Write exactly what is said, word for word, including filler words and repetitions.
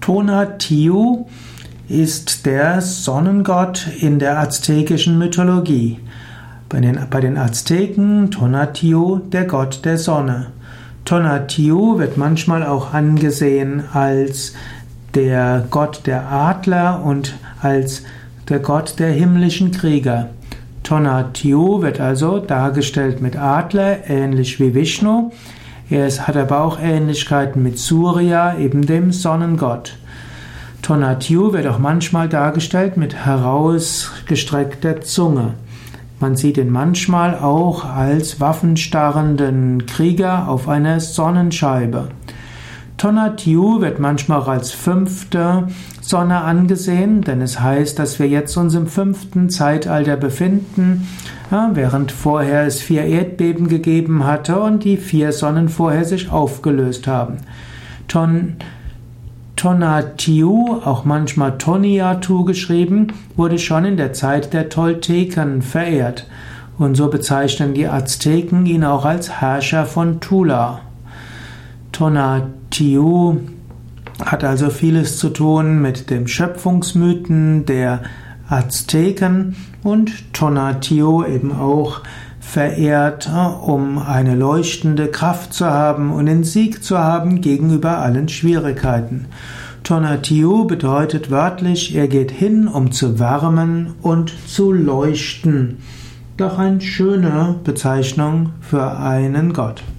Tonatiuh ist der Sonnengott in der aztekischen Mythologie. Bei den, bei den Azteken Tonatiuh der Gott der Sonne. Tonatiuh wird manchmal auch angesehen als der Gott der Adler und als der Gott der himmlischen Krieger. Tonatiuh wird also dargestellt mit Adler, ähnlich wie Vishnu. Er hat aber auch Ähnlichkeiten mit Surya, eben dem Sonnengott. Tonatiuh wird auch manchmal dargestellt mit herausgestreckter Zunge. Man sieht ihn manchmal auch als waffenstarrenden Krieger auf einer Sonnenscheibe. Tonatiuh wird manchmal auch als fünfte Sonne angesehen, denn es heißt, dass wir jetzt uns im fünften Zeitalter befinden, ja, während vorher es vier Erdbeben gegeben hatte und die vier Sonnen vorher sich aufgelöst haben. Ton Tonatiuh, auch manchmal Toniatu geschrieben, wurde schon in der Zeit der Tolteken verehrt. Und so bezeichnen die Azteken ihn auch als Herrscher von Tula. Tonatiuh hat also vieles zu tun mit dem Schöpfungsmythen der Azteken und Tonatiuh eben auch verehrt, um eine leuchtende Kraft zu haben und den Sieg zu haben gegenüber allen Schwierigkeiten. Tonatiuh bedeutet wörtlich, er geht hin, um zu wärmen und zu leuchten. Doch eine schöne Bezeichnung für einen Gott.